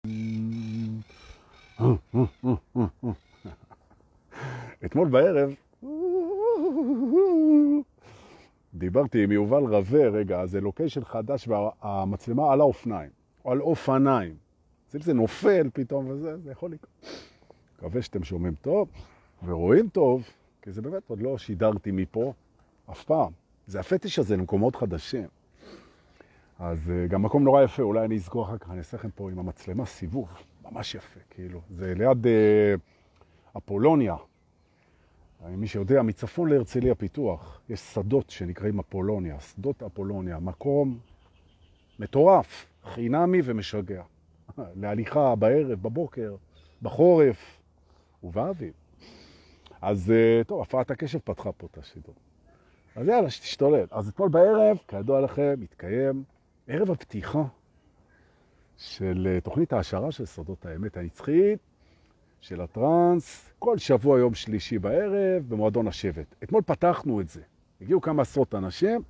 אתמול בערב דיברתי עם יובל רווה, רגע, זה לוקיישן חדש והמצלמה על האופניים, או על אופניים. אז אם זה נופל פתאום וזה, זה יכול לקרות. מקווה שאתם שומעים טוב ורואים טוב, כי זה באמת עוד לא שידרתי מפה אף פעם. זה הפטיש הזה למקומות חדשים. אז גם מקום נורא יפה, אולי אני אסגור אחר כך, אני אעשה לכם פה עם המצלמה סיבוב, ממש יפה, כאילו. זה ליד אפולוניה. מי שיודע, מצפון להרצליה פיתוח, יש שדות שנקראים אפולוניה, שדות אפולוניה, מקום מטורף, חינמי ומשגע. להליכה בערב, בבוקר, בחורף ובאביב. אז טוב, הפרעת הקשב פתחה פה את השידור. אז יאללה, שתשתולל. אז אתמול בערב, כידוע לכם, מתקיים ערב הפתיחה של תוכנית ההשערה של סודות האמת הנצחית, של הטרנס, כל שבוע יום שלישי בערב במועדון השבט. אתמול פתחנו את זה. הגיעו כמה עשרות אנשים,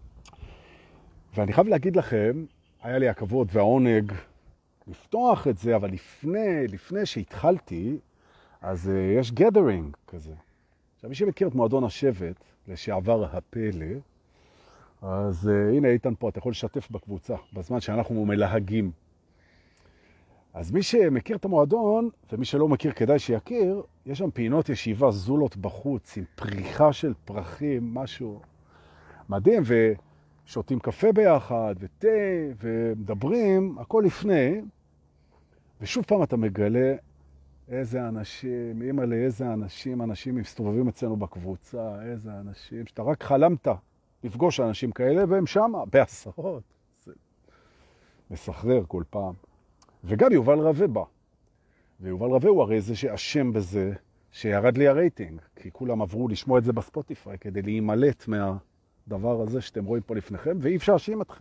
ואני חייב להגיד לכם, היה לי הכבוד והעונג לפתוח את זה, אבל לפני שהתחלתי, אז יש גדרינג כזה. עכשיו, מי שמכיר את מועדון השבט, לשעבר הפלא, אז הנה איתן פה, אתה יכול לשתף בקבוצה, בזמן שאנחנו מלהגים. אז מי שמכיר את המועדון, ומי שלא מכיר כדאי שיכיר, יש שם פינות ישיבה זולות בחוץ, עם פריחה של פרחים, משהו מדהים, ושותים קפה ביחד, ותה, ומדברים, הכל לפני, ושוב פעם אתה מגלה איזה אנשים, אימא לאיזה אנשים מסתובבים אצלנו בקבוצה, איזה אנשים, שאתה רק חלמת לפגוש אנשים כאלה, והם שם, בעשרות. זה מסחרר כל פעם. וגם יובל רווה בא. ויובל רווה הוא הרי זה שאשם בזה שירד לי הרייטינג, כי כולם עברו לשמוע את זה בספוטיפיי, כדי להימלט מהדבר הזה שאתם רואים פה לפניכם, ואי אפשר להאשים אתכם.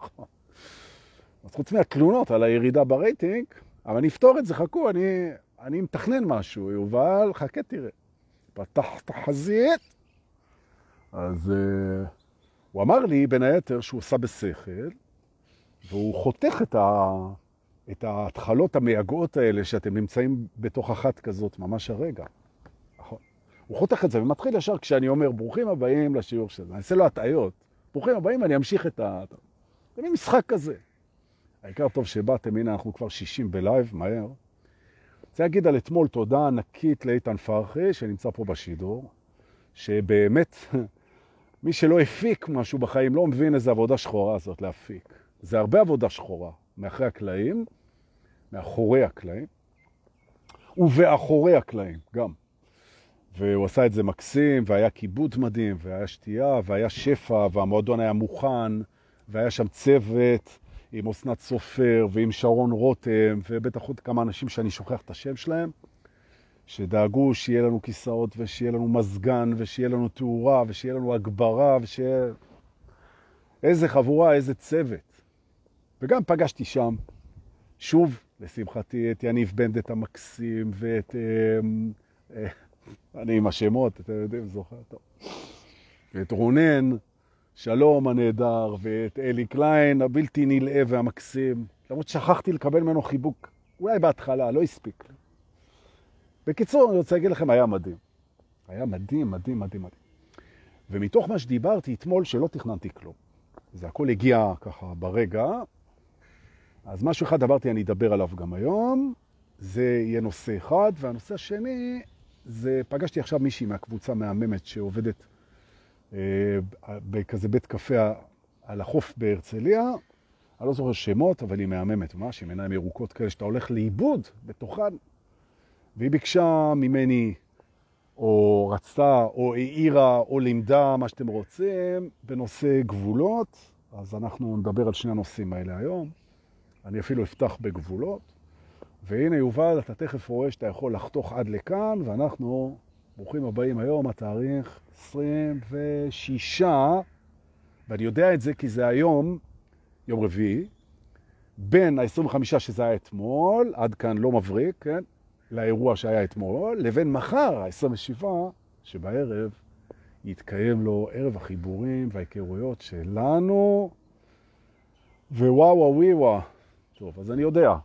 אז חוץ מהתלונות על הירידה ברייטינג, אבל נפתור את זה, חכו, אני מתכנן משהו, יובל, חכה תראה. פתח תחזית. אז הוא אמר לי בין היתר שהוא עושה בשכל, והוא חותך את ההתחלות המייגעות האלה שאתם נמצאים בתוך אחת כזאת ממש הרגע. הוא חותך את זה ומתחיל ישר כשאני אומר ברוכים הבאים לשיעור שלנו. אני אעשה לו הטעיות. ברוכים הבאים, אני אמשיך את זה מין משחק כזה. העיקר טוב שבאתם, הנה אנחנו כבר 60 בלייב, מהר. רוצה להגיד על אתמול תודה ענקית לאיתן פרחי, שנמצא פה בשידור, שבאמת מי שלא הפיק משהו בחיים לא מבין איזה עבודה שחורה הזאת להפיק. זה הרבה עבודה שחורה, מאחורי הקלעים, מאחורי הקלעים, ובאחורי הקלעים גם. והוא עשה את זה מקסים, והיה כיבוד מדהים, והיה שתייה, והיה שפע, והמועדון היה מוכן, והיה שם צוות עם אסנת סופר, ועם שרון רותם, ובטח עוד כמה אנשים שאני שוכח את השם שלהם, שדאגו שיהיה לנו כיסאות, ושיהיה לנו מזגן, ושיהיה לנו תאורה, ושיהיה לנו הגברה, ושיהיה... איזה חבורה, איזה צוות. וגם פגשתי שם, שוב, לשמחתי, את יניב בנדט המקסים, ואת... אני עם השמות, אתם יודעים, זוכר טוב. ואת רונן, שלום הנהדר, ואת אלי קליין, הבלתי נלאה והמקסים. למרות ששכחתי לקבל ממנו חיבוק. אולי בהתחלה, לא הספיק. בקיצור, אני רוצה להגיד לכם, היה מדהים. היה מדהים, מדהים, מדהים, מדהים. ומתוך מה שדיברתי אתמול, שלא תכננתי כלום. זה הכל הגיע ככה ברגע. אז משהו אחד אמרתי, אני אדבר עליו גם היום. זה יהיה נושא אחד, והנושא השני, זה פגשתי עכשיו מישהי מהקבוצה מהממת שעובדת בכזה בית קפה על החוף בהרצליה. אני לא זוכר שמות, אבל היא מהממת, ממש, עם עיניים ירוקות כאלה, שאתה הולך לאיבוד בתוכן. והיא ביקשה ממני, או רצתה, או העירה, או לימדה, מה שאתם רוצים, בנושא גבולות. אז אנחנו נדבר על שני הנושאים האלה היום. אני אפילו אפתח בגבולות. והנה יובל, אתה תכף רואה שאתה יכול לחתוך עד לכאן, ואנחנו ברוכים הבאים היום, התאריך 26, ואני יודע את זה כי זה היום, יום רביעי, בין ה-25 שזה היה אתמול, עד כאן לא מבריק, כן? לאירוע שהיה אתמול, לבין מחר, ה-27, שבערב יתקיים לו ערב החיבורים וההיכרויות שלנו, ווואו וואו וואו. טוב, אז אני יודע,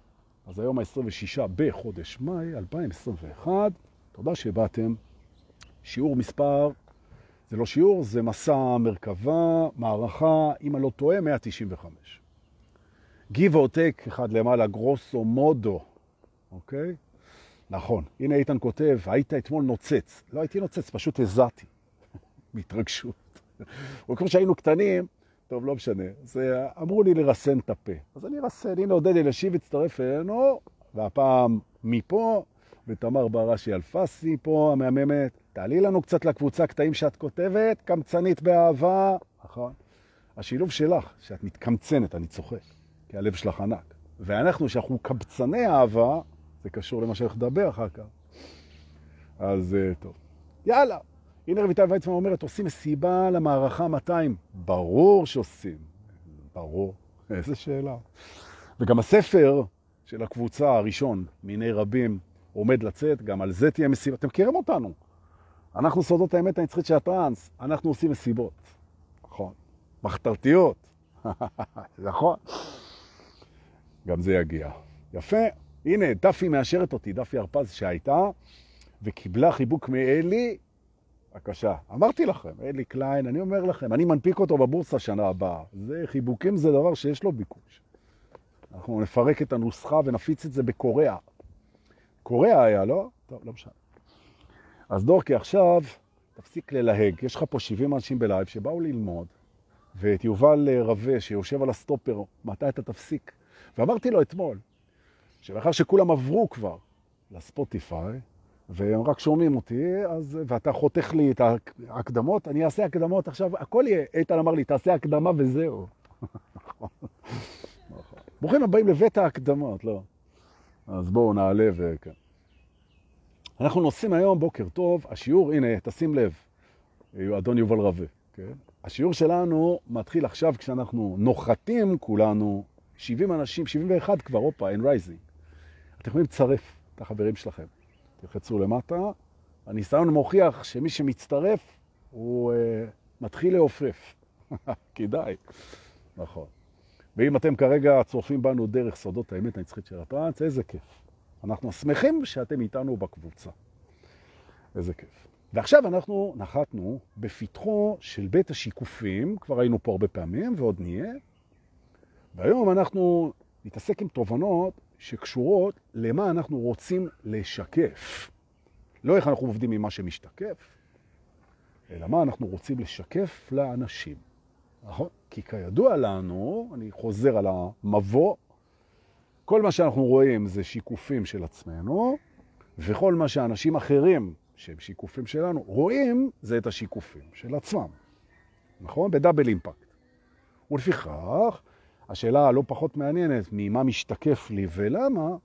אז היום ה-26 בחודש מאי 2021, תודה שבאתם. שיעור מספר, זה לא שיעור, זה מסע מרכבה, מערכה, אם אני לא טועה, 195. give or take, אחד למעלה, גרוסו מודו, אוקיי? נכון, הנה איתן כותב, היית אתמול נוצץ. לא הייתי נוצץ, פשוט הזעתי. מהתרגשות. וכמו שהיינו קטנים, טוב, לא משנה, זה אמרו לי לרסן את הפה. אז אני רסן, הנה עודד אלישיב הצטרף אלינו, והפעם מפה, ותמר בראשי אלפסי פה, המהממת, תעלי לנו קצת לקבוצה קטעים שאת כותבת, קמצנית באהבה. נכון. השילוב שלך, שאת מתקמצנת, אני צוחק, כי הלב שלך ענק. ואנחנו, שאנחנו קבצני אהבה, זה קשור למה שאני לדבר אחר כך. אז טוב. יאללה. הנה רויטל ויצמן אומרת, עושים מסיבה למערכה 200. ברור שעושים. ברור. איזה שאלה. וגם הספר של הקבוצה הראשון, מיני רבים, עומד לצאת, גם על זה תהיה מסיבה. אתם מכירים אותנו. אנחנו סודות האמת הנצחית של הטרנס, אנחנו עושים מסיבות. נכון. מחתרתיות. נכון. גם זה יגיע. יפה. הנה, דפי מאשרת אותי, דפי הרפז שהייתה, וקיבלה חיבוק מאלי, בבקשה. אמרתי לכם, אלי קליין, אני אומר לכם, אני מנפיק אותו בבורסה שנה הבאה. זה, חיבוקים זה דבר שיש לו ביקוש. אנחנו נפרק את הנוסחה ונפיץ את זה בקוריאה. קוריאה היה, לא? טוב, לא משנה. אז דורקי, עכשיו תפסיק ללהג. יש לך פה 70 אנשים בלייב שבאו ללמוד, ואת יובל רווה שיושב על הסטופר, מתי אתה תפסיק? ואמרתי לו אתמול, שלאחר שכולם עברו כבר לספוטיפיי, והם רק שומעים אותי, אז, ואתה חותך לי את ההקדמות, אני אעשה הקדמות עכשיו, הכל יהיה. איתן אמר לי, תעשה הקדמה וזהו. ברוכים הבאים לבית ההקדמות, לא? אז בואו נעלה וכן. אנחנו נוסעים היום, בוקר טוב, השיעור, הנה, תשים לב, אדון יובל רווה, כן? השיעור שלנו מתחיל עכשיו כשאנחנו נוחתים כולנו, 70 אנשים, 71 כבר, אופה, אין רייזינג. אתם יכולים לצרף את החברים שלכם. תלחצו למטה. הניסיון מוכיח שמי שמצטרף הוא מתחיל להופף. כדאי. נכון. ואם אתם כרגע צורפים בנו דרך סודות האמת הנצחית של הטרנס, איזה כיף. אנחנו שמחים שאתם איתנו בקבוצה. איזה כיף. ועכשיו אנחנו נחתנו בפתחו של בית השיקופים, כבר היינו פה הרבה פעמים ועוד נהיה. והיום אנחנו נתעסק עם תובנות שקשורות למה אנחנו רוצים לשקף. לא איך אנחנו עובדים עם מה שמשתקף, אלא מה אנחנו רוצים לשקף לאנשים. נכון? כי כידוע לנו, אני חוזר על המבוא, כל מה שאנחנו רואים זה שיקופים של עצמנו, וכל מה שאנשים אחרים שהם שיקופים שלנו רואים זה את השיקופים של עצמם. נכון? בדאבל אימפקט. ולפיכך, השאלה הלא פחות מעניינת ממה משתקף לי ולמה,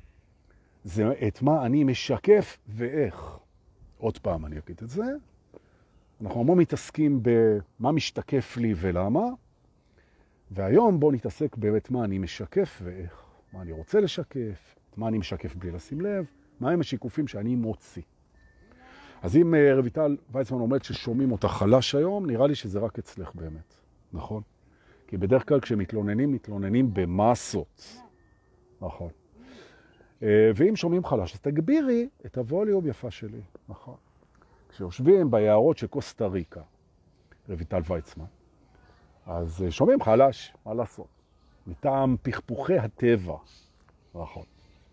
זה את מה אני משקף ואיך. עוד פעם אני אגיד את זה. אנחנו המון מתעסקים במה משתקף לי ולמה, והיום בואו נתעסק באמת מה אני משקף ואיך. מה אני רוצה לשקף, מה אני משקף בלי לשים לב, מה הם השיקופים שאני מוציא. אז אם רויטל ויצמן אומרת ששומעים אותה חלש היום, נראה לי שזה רק אצלך באמת. נכון? כי בדרך כלל כשמתלוננים, מתלוננים במסות. נכון. ואם שומעים חלש, אז תגבירי את הווליום יפה שלי. נכון. כשיושבים ביערות של קוסטה ריקה, רויטל ויצמן, אז שומעים חלש, מה לעשות? מטעם פכפוכי הטבע. נכון.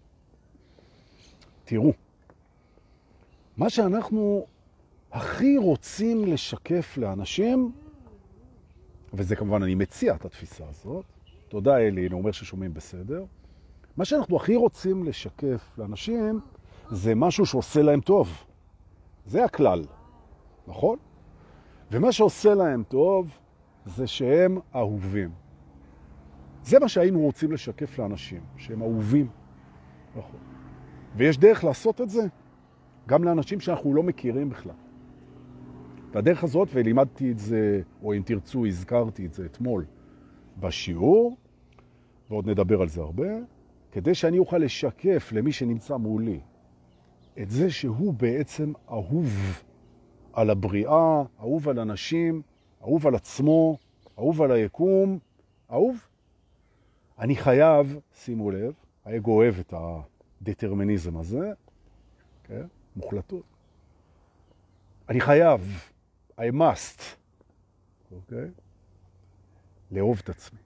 תראו, מה שאנחנו הכי רוצים לשקף לאנשים, וזה כמובן אני מציע את התפיסה הזאת, תודה אלי, אני אומר ששומעים בסדר, מה שאנחנו הכי רוצים לשקף לאנשים, זה משהו שעושה להם טוב. זה הכלל, נכון? ומה שעושה להם טוב, זה שהם אהובים. זה מה שהיינו רוצים לשקף לאנשים, שהם אהובים. נכון. ויש דרך לעשות את זה, גם לאנשים שאנחנו לא מכירים בכלל. והדרך הזאת, ולימדתי את זה, או אם תרצו, הזכרתי את זה אתמול בשיעור, ועוד נדבר על זה הרבה, כדי שאני אוכל לשקף למי שנמצא מולי את זה שהוא בעצם אהוב על הבריאה, אהוב על אנשים, אהוב על עצמו, אהוב על היקום, אהוב. אני חייב, שימו לב, האגו אוהב את הדטרמיניזם הזה, כן? מוחלטות. אני חייב, I must, אוקיי? לאהוב את עצמי.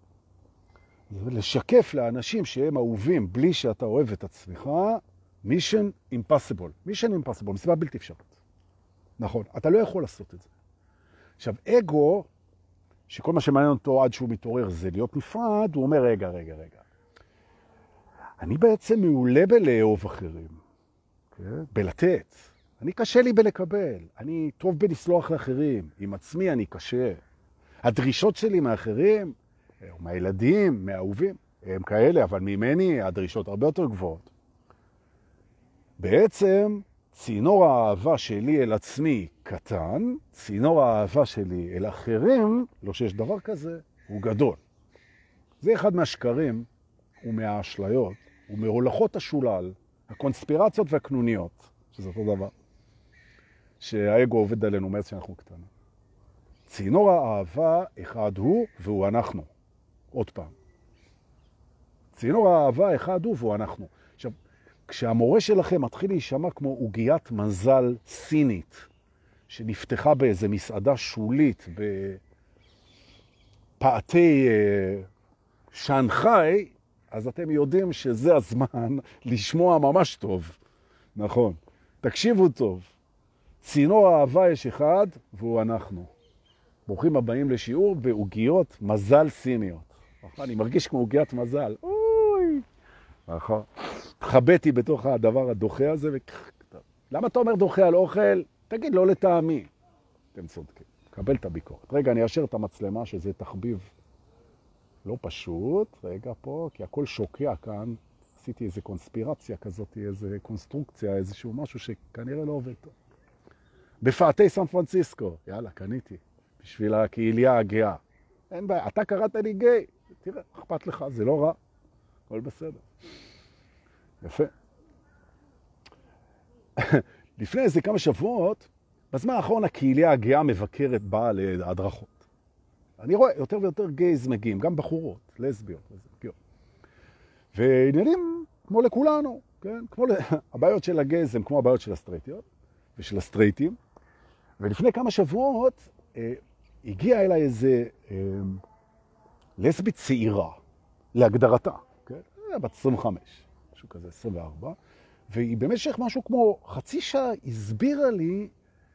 לשקף לאנשים שהם אהובים בלי שאתה אוהב את עצמך, mission impossible. mission impossible, מסיבה בלתי אפשרית. נכון, אתה לא יכול לעשות את זה. עכשיו, אגו, שכל מה שמעניין אותו עד שהוא מתעורר זה להיות נפרד, הוא אומר, רגע. אני בעצם מעולה בלאהוב אחרים, כן? בלתת. אני קשה לי בלקבל. אני טוב בלסלוח לאחרים. עם עצמי אני קשה. הדרישות שלי מאחרים, או מהילדים, מהאהובים, הם כאלה, אבל ממני הדרישות הרבה יותר גבוהות. בעצם, צינור האהבה שלי אל עצמי קטן, צינור האהבה שלי אל אחרים, לא שיש דבר כזה, הוא גדול. זה אחד מהשקרים ומהאשליות ומהולכות השולל, הקונספירציות והקנוניות, שזה אותו דבר, שהאגו עובד עלינו מאז שאנחנו קטנים. צינור האהבה אחד הוא והוא אנחנו. עוד פעם. צינור האהבה אחד הוא והוא אנחנו. עכשיו, כשהמורה שלכם מתחיל להישמע כמו עוגיית מזל סינית, שנפתחה באיזה מסעדה שולית בפאתי שאנגחאי, אז אתם יודעים שזה הזמן לשמוע ממש טוב. נכון. תקשיבו טוב. צינור האהבה יש אחד והוא אנחנו. ברוכים הבאים לשיעור בעוגיות מזל סיניות. אני מרגיש כמו עוגיית מזל. אוי. חבאתי בתוך הדבר הדוחה הזה. למה אתה אומר דוחה על אוכל? תגיד לא לטעמי. אתם צודקים. קבל את הביקורת. רגע, אני אשאר את המצלמה שזה תחביב לא פשוט. רגע פה, כי הכל שוקע כאן. עשיתי איזו קונספירציה כזאת, איזו קונסטרוקציה, איזשהו משהו שכנראה לא עובד טוב. בפאתי סן פרנסיסקו. יאללה, קניתי. בשביל הקהיליה הגאה. אין בעיה, אתה קראת לי גיי. תראה, אכפת לך, זה לא רע. הכל בסדר. יפה. לפני איזה כמה שבועות, בזמן האחרון הקהיליה הגאה מבקרת באה להדרכות. אני רואה יותר ויותר גייז מגיעים, גם בחורות, לסביות. ועניינים כמו לכולנו, כן? הבעיות של הגייז הם כמו הבעיות של הסטרייטיות ושל הסטרייטים. ולפני כמה שבועות הגיעה אליי איזה לסבית צעירה, להגדרתה, כן? בת 25, משהו כזה, 24, והיא במשך משהו כמו חצי שעה הסבירה לי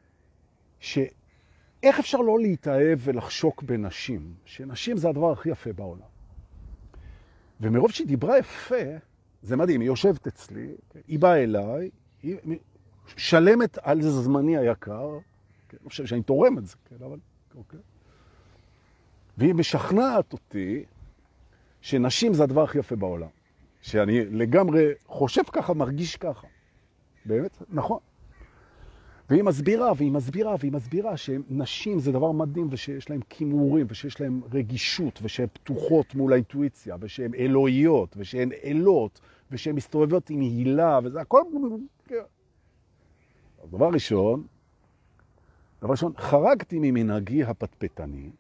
שאיך אפשר לא להתאהב ולחשוק בנשים, שנשים זה הדבר הכי יפה בעולם. ומרוב שהיא דיברה יפה, זה מדהים, היא יושבת אצלי, היא באה אליי, היא שלמת על זמני היקר, לא חושב שאני תורם את זה, כן, אבל אוקיי. והיא משכנעת אותי שנשים זה הדבר הכי יפה בעולם. שאני לגמרי חושב ככה, מרגיש ככה. באמת, נכון. והיא מסבירה שנשים זה דבר מדהים, ושיש להם כימורים, ושיש להם רגישות, ושהן פתוחות מול האינטואיציה, ושהן אלוהיות, ושהן אלות, ושהן מסתובבות עם הילה, וזה הכל... דבר ראשון, חרגתי ממנהגי הפטפטני,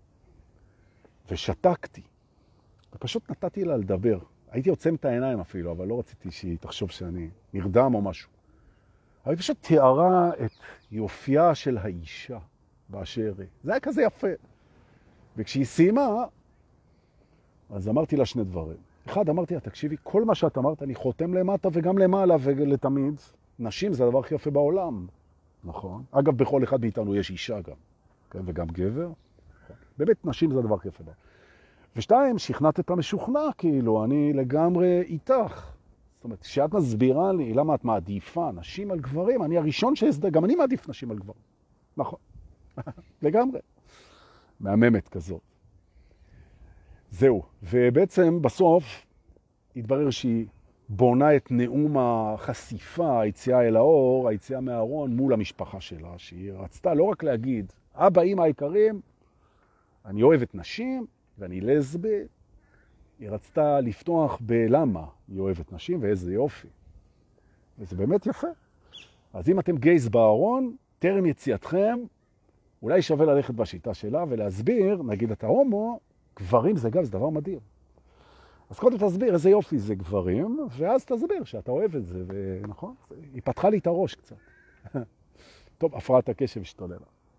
ושתקתי, ופשוט נתתי לה לדבר. הייתי עוצם את העיניים אפילו, אבל לא רציתי שהיא תחשוב שאני נרדם או משהו. אבל היא פשוט תיארה את יופייה של האישה באשר היא. זה היה כזה יפה. וכשהיא סיימה, אז אמרתי לה שני דברים. אחד, אמרתי לה, תקשיבי, כל מה שאת אמרת, אני חותם למטה וגם למעלה ולתמיד. נשים זה הדבר הכי יפה בעולם. נכון. אגב, בכל אחד מאיתנו יש אישה גם. כן? וגם גבר. באמת, נשים זה הדבר הכי יפה בעולם. ושתיים, שכנעת את המשוכנע, כאילו, אני לגמרי איתך. זאת אומרת, כשאת מסבירה לי למה את מעדיפה נשים על גברים, אני הראשון שהסדר, גם אני מעדיף נשים על גברים. נכון. לגמרי. מהממת כזאת. זהו. ובעצם בסוף התברר שהיא בונה את נאום החשיפה, היציאה אל האור, היציאה מהארון מול המשפחה שלה, שהיא רצתה לא רק להגיד, אבא, אמא היקרים, אני אוהבת נשים ואני לסבי, היא רצתה לפתוח בלמה היא אוהבת נשים ואיזה יופי. וזה באמת יפה. אז אם אתם גייז בארון, טרם יציאתכם, אולי שווה ללכת בשיטה שלה ולהסביר, נגיד אתה הומו, גברים זה גם, זה דבר מדהים. אז קודם תסביר איזה יופי זה גברים, ואז תסביר שאתה אוהב את זה, ונכון? היא פתחה לי את הראש קצת. טוב, הפרעת הקשב השתוללה.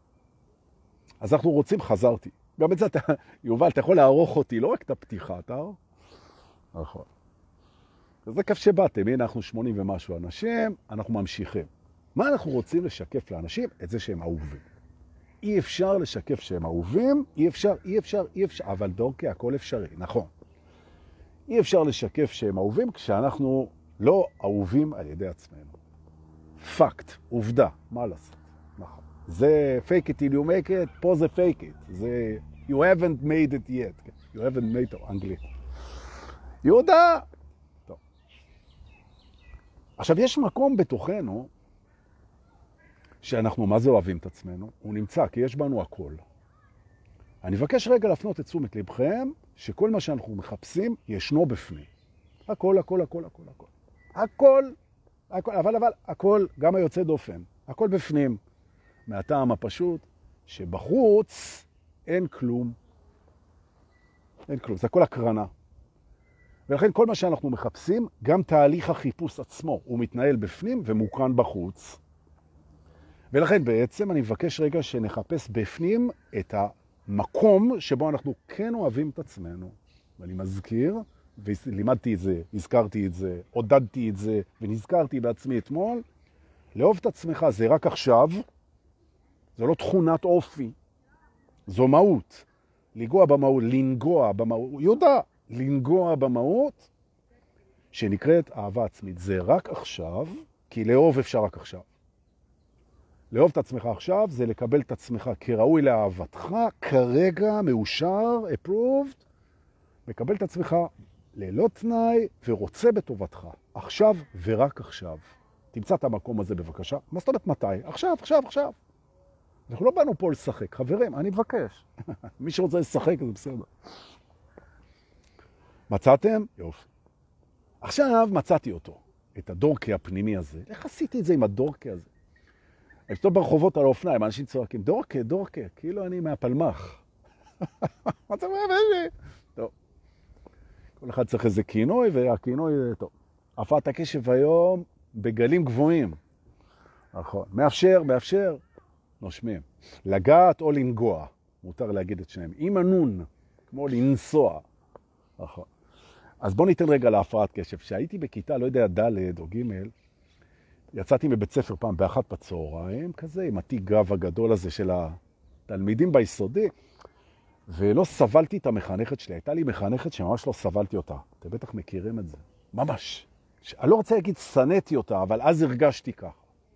אז אנחנו רוצים, חזרתי. גם את זה, יובל, אתה יכול לערוך אותי, לא רק את הפתיחה, אתה ערוך? נכון. זה כיף שבאתם, הנה אנחנו 80 ומשהו אנשים, אנחנו ממשיכים. מה אנחנו רוצים לשקף לאנשים? את זה שהם אהובים. אי אפשר לשקף שהם אהובים, אי אפשר, אבל דורקי, הכל אפשרי, נכון. אי אפשר לשקף שהם אהובים כשאנחנו לא אהובים על ידי עצמנו. פקט, עובדה, מה לעשות? נכון. זה fake it till you make it, פה זה fake it. זה you haven't made it yet. You haven't made it, אנגלית. יהודה! טוב. עכשיו, יש מקום בתוכנו שאנחנו מה זה אוהבים את עצמנו? הוא נמצא, כי יש בנו הכל. אני מבקש רגע להפנות את תשומת לבכם, שכל מה שאנחנו מחפשים ישנו בפנים. הכל, הכל, הכל, הכל, הכל. הכל, הכל, אבל הכל, גם היוצא דופן. הכל בפנים. מהטעם הפשוט, שבחוץ אין כלום. אין כלום, זה הכל הקרנה. ולכן כל מה שאנחנו מחפשים, גם תהליך החיפוש עצמו, הוא מתנהל בפנים ומוקרן בחוץ. ולכן בעצם אני מבקש רגע שנחפש בפנים את המקום שבו אנחנו כן אוהבים את עצמנו. ואני מזכיר, ולימדתי את זה, הזכרתי את זה, עודדתי את זה, ונזכרתי בעצמי אתמול, לאהוב את עצמך זה רק עכשיו, זו לא תכונת אופי, זו מהות. לנגוע במהות, יהודה, לנגוע במהות, שנקראת אהבה עצמית. זה רק עכשיו, כי לאהוב אפשר רק עכשיו. לאהוב את עצמך עכשיו זה לקבל את עצמך כראוי לאהבתך, כרגע מאושר, approved, מקבל את עצמך ללא תנאי ורוצה בטובתך. עכשיו ורק עכשיו. תמצא את המקום הזה בבקשה. מה זאת אומרת מתי? עכשיו, עכשיו, עכשיו. אנחנו לא באנו פה לשחק. חברים, אני מבקש. מי שרוצה לשחק זה בסדר. מצאתם? יופי. עכשיו מצאתי אותו, את הדורקי הפנימי הזה. איך עשיתי את זה עם הדורקי הזה? אני פתאום ברחובות על האופניים, אנשים צועקים, דורקי, דורקי, כאילו אני מהפלמח. מה אתה אומר, בני? טוב. כל אחד צריך איזה כינוי, והכינוי, טוב. הפרעת הקשב היום בגלים גבוהים. נכון. מאפשר, נושמים. לגעת או לנגוע, מותר להגיד את שניהם. עם הנון, כמו לנסוע. נכון. אז בוא ניתן רגע להפרעת קשב. שהייתי בכיתה, לא יודע, ד' או ג', יצאתי מבית ספר פעם באחת בצהריים, כזה, עם התיק גב הגדול הזה של התלמידים ביסודי, ולא סבלתי את המחנכת שלי. הייתה לי מחנכת שממש לא סבלתי אותה. אתם בטח מכירים את זה. ממש. אני לא רוצה להגיד סנאתי אותה, אבל אז הרגשתי ככה.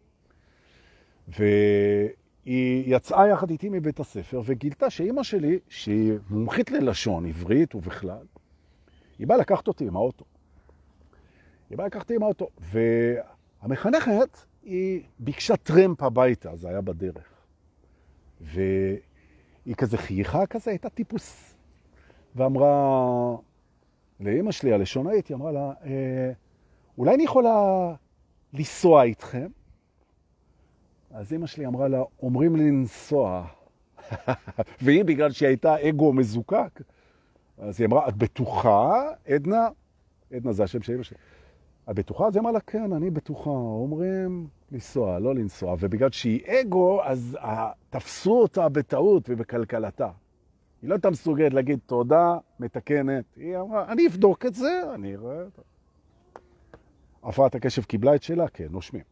והיא יצאה יחד איתי מבית הספר, וגילתה שאמא שלי, שהיא מומחית ללשון עברית ובכלל, היא באה לקחת אותי עם האוטו. והמחנכת, היא ביקשה טרמפ הביתה, זה היה בדרך. והיא כזה חייכה כזה, הייתה טיפוס. ואמרה לאמא שלי, הלשונאית, היא אמרה לה, אולי אני יכולה לנסוע איתכם? אז אמא שלי אמרה לה, אומרים לי לנסוע. והיא, בגלל שהיא הייתה אגו מזוקק, אז היא אמרה, את בטוחה, עדנה? עדנה זה השם של אמא שלי. את בטוחה? אז היא אמרה לה, כן, אני בטוחה. אומרים לנסוע, לא לנסוע. ובגלל שהיא אגו, אז תפסו אותה בטעות ובכלכלתה. היא לא הייתה מסוגלת להגיד תודה, מתקנת. היא אמרה, אני אבדוק את זה, אני אראה. הפרעת הקשב קיבלה את שלה? כן, נושמים.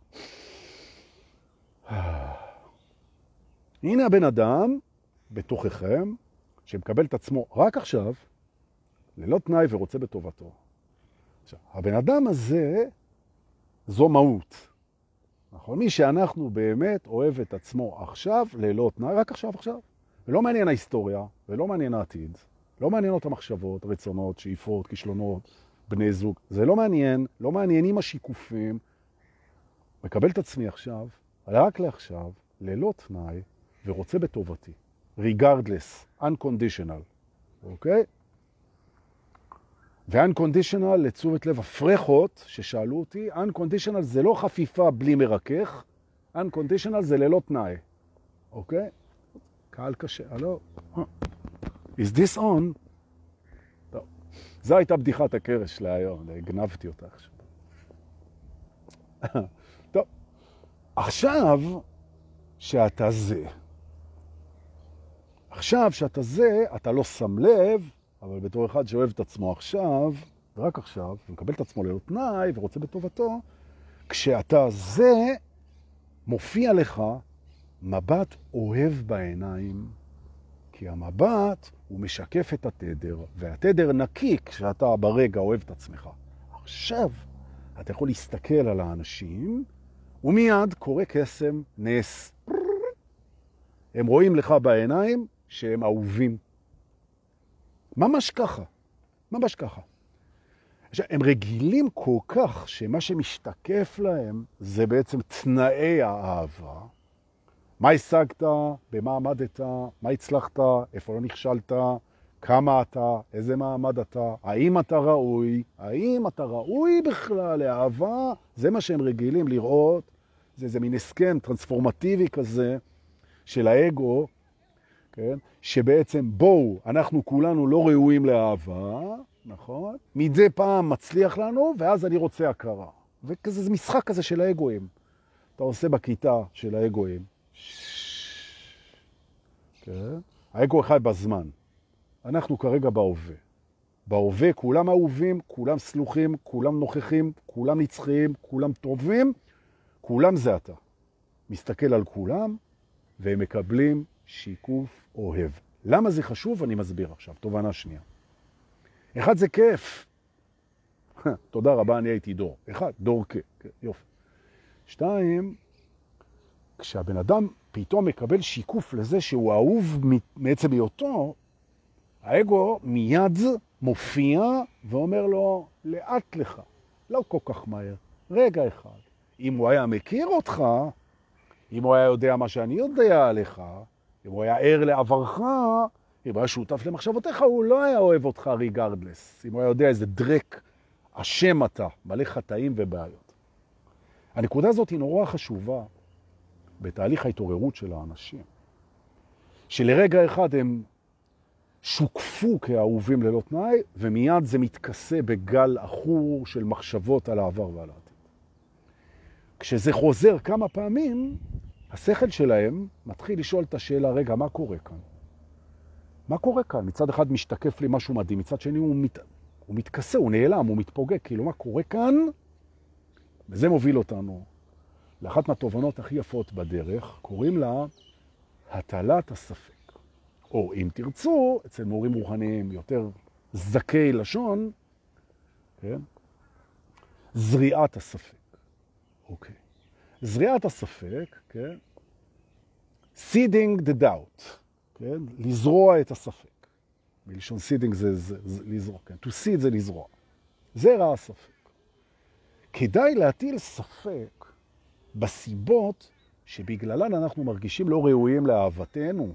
הנה הבן אדם בתוככם, שמקבל את עצמו רק עכשיו, ללא תנאי ורוצה בטובתו. עכשיו, הבן אדם הזה, זו מהות. נכון? מי שאנחנו באמת אוהב את עצמו עכשיו, ללא תנאי, רק עכשיו. ולא מעניין ההיסטוריה, ולא מעניין העתיד, לא מעניין אותם מחשבות, רצונות, שאיפות, כישלונות, בני זוג. זה לא מעניין, לא מעניינים השיקופים. מקבל את עצמי עכשיו, רק לעכשיו, ללא תנאי, ורוצה בטובתי. regardless, unconditional. אוקיי? ו-unconditional, לתשומת לב הפרחות ששאלו אותי, unconditional זה לא חפיפה בלי מרכך, unconditional זה ללא תנאי. אוקיי? קהל קשה, הלו? Is this on? טוב. זו הייתה בדיחת הקרש להיום, גנבתי אותה עכשיו. טוב, עכשיו שאתה זה. עכשיו שאתה זה, אתה לא שם לב, אבל בתור אחד שאוהב את עצמו עכשיו, ורק עכשיו, ומקבל את עצמו ללא תנאי ורוצה בטובתו, כשאתה זה, מופיע לך מבט אוהב בעיניים, כי המבט הוא משקף את התדר, והתדר נקי כשאתה ברגע אוהב את עצמך. עכשיו אתה יכול להסתכל על האנשים, ומיד קורה קסם נס. הם רואים לך בעיניים שהם אהובים. ממש ככה. ממש ככה. עכשיו, הם רגילים כל כך שמה שמשתקף להם זה בעצם תנאי האהבה. מה השגת, במה עמדת, מה הצלחת, איפה לא נכשלת, כמה אתה, איזה מעמד אתה, האם אתה ראוי בכלל לאהבה, זה מה שהם רגילים לראות, זה מין הסכם טרנספורמטיבי כזה של האגו, כן? שבעצם בואו, אנחנו כולנו לא ראויים לאהבה, נכון? מדי פעם מצליח לנו, ואז אני רוצה הכרה. וכזה, זה משחק כזה של האגואים. אתה עושה בכיתה של האגואים. כן? האגו חי בזמן. אנחנו כרגע בהווה. בהווה כולם אהובים, כולם סלוחים, כולם נוכחים, כולם נצחיים, כולם טובים, כולם זה אתה. מסתכל על כולם, והם מקבלים שיקוף אוהב. למה זה חשוב? אני מסביר עכשיו. תובנה שנייה. אחד, זה כיף. תודה רבה, אני הייתי דור. אחד, דור יופי. שתיים, כשהבן אדם פתאום מקבל שיקוף לזה שהוא אהוב מעצם היותו, האגו מיד מופיע ואומר לו, לאט לך, לא כל כך מהר, רגע אחד. אם הוא היה מכיר אותך, אם הוא היה יודע מה שאני יודע עליך, אם הוא היה ער לעברך, אם הוא היה שותף למחשבותיך, הוא לא היה אוהב אותך ריגרדלס. אם הוא היה יודע איזה דרק אשם אתה, מלא חטאים ובעיות. הנקודה הזאת היא נורא חשובה בתהליך ההתעוררות של האנשים. שלרגע אחד הם שוקפו כאהובים ללא תנאי, ומיד זה מתכסה בגל אחור של מחשבות על העבר ועל העתיד. כשזה חוזר כמה פעמים, השכל שלהם מתחיל לשאול את השאלה, רגע, מה קורה כאן? מה קורה כאן? מצד אחד משתקף לי משהו מדהים, מצד שני הוא מתכסה, הוא נעלם, הוא מתפוגג, כאילו מה קורה כאן? וזה מוביל אותנו לאחת מהתובנות הכי יפות בדרך, קוראים לה הטלת הספק. או אם תרצו, אצל מורים רוחניים יותר זכי לשון, כן? זריעת הספק. אוקיי. זריעת הספק, כן? seeding the doubt, כן? לזרוע את הספק. בלשון seeding זה לזרוע, כן? to seed זה לזרוע. זרע הספק. כדאי להטיל ספק בסיבות שבגללן אנחנו מרגישים לא ראויים לאהבתנו.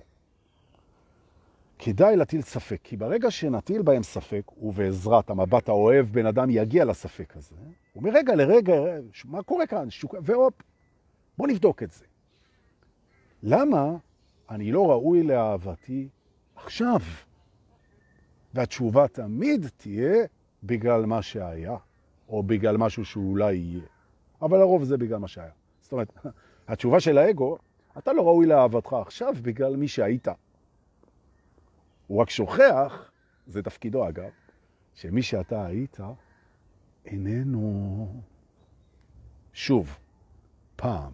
כדאי להטיל ספק, כי ברגע שנטיל בהם ספק, ובעזרת המבט האוהב בן אדם יגיע לספק הזה, הוא אומר, רגע לרגע, מה קורה כאן? והופ, בוא נבדוק את זה. למה אני לא ראוי לאהבתי עכשיו? והתשובה תמיד תהיה בגלל מה שהיה, או בגלל משהו שאולי יהיה. אבל הרוב זה בגלל מה שהיה. זאת אומרת, התשובה של האגו, אתה לא ראוי לאהבתך עכשיו בגלל מי שהיית. הוא רק שוכח, זה תפקידו אגב, שמי שאתה היית איננו. שוב, פעם.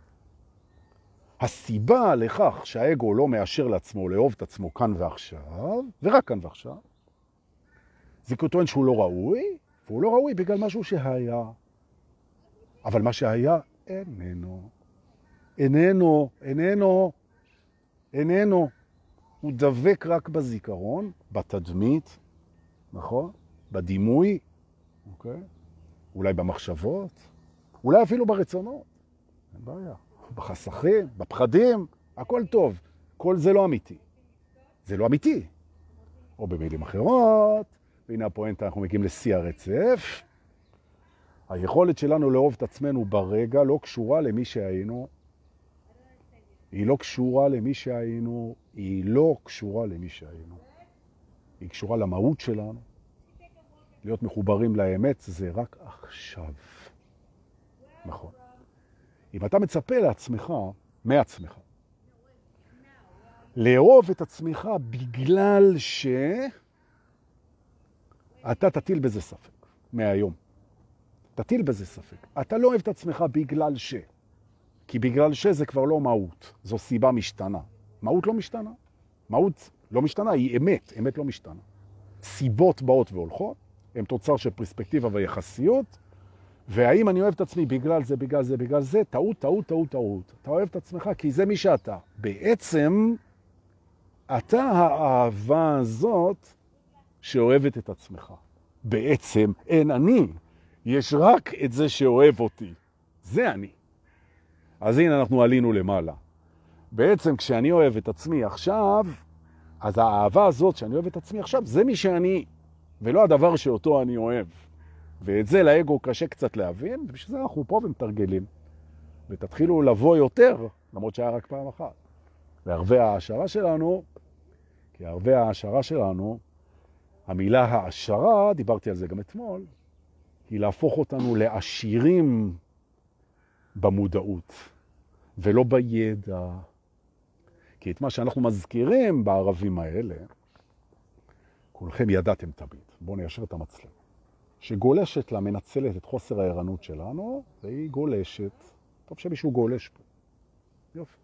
הסיבה לכך שהאגו לא מאשר לעצמו לאהוב את עצמו כאן ועכשיו, ורק כאן ועכשיו, זה כתואן שהוא לא ראוי, והוא לא ראוי בגלל משהו שהיה. אבל מה שהיה איננו. איננו, איננו, איננו. הוא דבק רק בזיכרון, בתדמית, נכון? בדימוי, אוקיי? אולי במחשבות, אולי אפילו ברצונות. אין בעיה. בחסכים, בפחדים, הכל טוב. כל זה לא אמיתי. זה לא אמיתי. או במילים אחרות, והנה הפואנטה, אנחנו מגיעים לשיא הרצף. היכולת שלנו לאהוב את עצמנו ברגע לא קשורה למי שהיינו. היא לא קשורה למי שהיינו, היא לא קשורה למי שהיינו. היא קשורה למהות שלנו, להיות מחוברים לאמת זה רק עכשיו. נכון. אם אתה מצפה לעצמך, מעצמך, לאהוב את עצמך בגלל אתה תטיל בזה ספק, מהיום. תטיל בזה ספק. אתה לא אוהב את עצמך בגלל כי בגלל זה כבר לא מהות. זו סיבה משתנה. מהות לא משתנה. מהות לא משתנה, היא אמת. אמת לא משתנה. סיבות באות והולכות, הן תוצר של פרספקטיבה ויחסיות, והאם אני אוהב את עצמי בגלל זה, בגלל זה, בגלל זה, טעות, טעות, טעות, טעות. אתה אוהב את עצמך כי זה מי שאתה. בעצם, אתה האהבה הזאת שאוהבת את עצמך. בעצם אין אני. יש רק את זה שאוהב אותי. זה אני. אז הנה אנחנו עלינו למעלה. בעצם כשאני אוהב את עצמי עכשיו, אז האהבה הזאת שאני אוהב את עצמי עכשיו, זה מי שאני, ולא הדבר שאותו אני אוהב. ואת זה לאגו קשה קצת להבין, ובשביל זה אנחנו פה ומתרגלים. ותתחילו לבוא יותר, למרות שהיה רק פעם אחת. וערבי ההשערה שלנו, כי ערבי ההשערה שלנו, המילה העשרה, דיברתי על זה גם אתמול, היא להפוך אותנו לעשירים במודעות, ולא בידע. כי את מה שאנחנו מזכירים בערבים האלה, כולכם ידעתם תמיד. בואו ניישר את המצלמה. שגולשת לה, מנצלת את חוסר הערנות שלנו, והיא גולשת. טוב שמישהו גולש פה. יופי.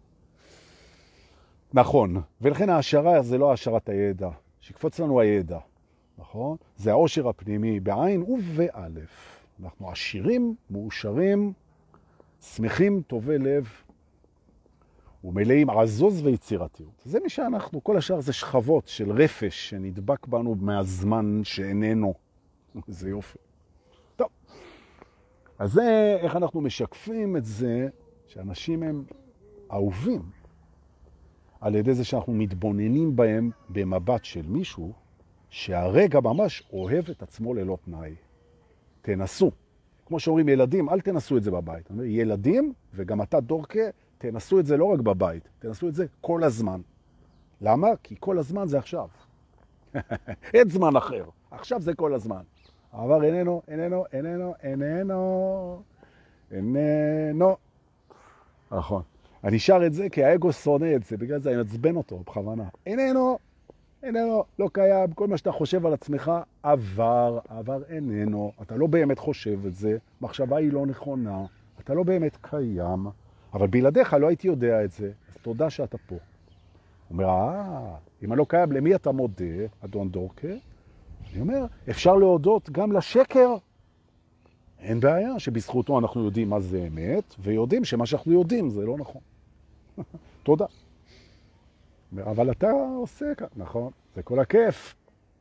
נכון. ולכן ההשערה זה לא השערת הידע. שיקפוץ לנו הידע. נכון? זה העושר הפנימי בעין ובאלף. אנחנו עשירים, מאושרים, שמחים, טובי לב, ומלאים עזוז ויצירתיות. זה מי שאנחנו, כל השאר זה שכבות של רפש שנדבק בנו מהזמן שאיננו. זה יופי. טוב. אז זה איך אנחנו משקפים את זה שאנשים הם אהובים על ידי זה שאנחנו מתבוננים בהם במבט של מישהו שהרגע ממש אוהב את עצמו ללא תנאי. תנסו. כמו שאומרים ילדים, אל תנסו את זה בבית. ילדים, וגם אתה דורקה, תנסו את זה לא רק בבית, תנסו את זה כל הזמן. למה? כי כל הזמן זה עכשיו. אין זמן אחר. עכשיו זה כל הזמן. העבר איננו, איננו, איננו, איננו, איננו. נכון. אני שר את זה כי האגו שונא את זה, בגלל זה אני מצבן אותו בכוונה. איננו, איננו, לא קיים. כל מה שאתה חושב על עצמך עבר, עבר איננו. אתה לא באמת חושב את זה, מחשבה היא לא נכונה, אתה לא באמת קיים. אבל בלעדיך לא הייתי יודע את זה, אז תודה שאתה פה. הוא אומר, אם אני לא קיים, למי אתה מודה, אדון דורקה? אני אומר, אפשר להודות גם לשקר. אין בעיה שבזכותו אנחנו יודעים מה זה אמת, ויודעים שמה שאנחנו יודעים זה לא נכון. תודה. אבל אתה עושה כאן, נכון? זה כל הכיף.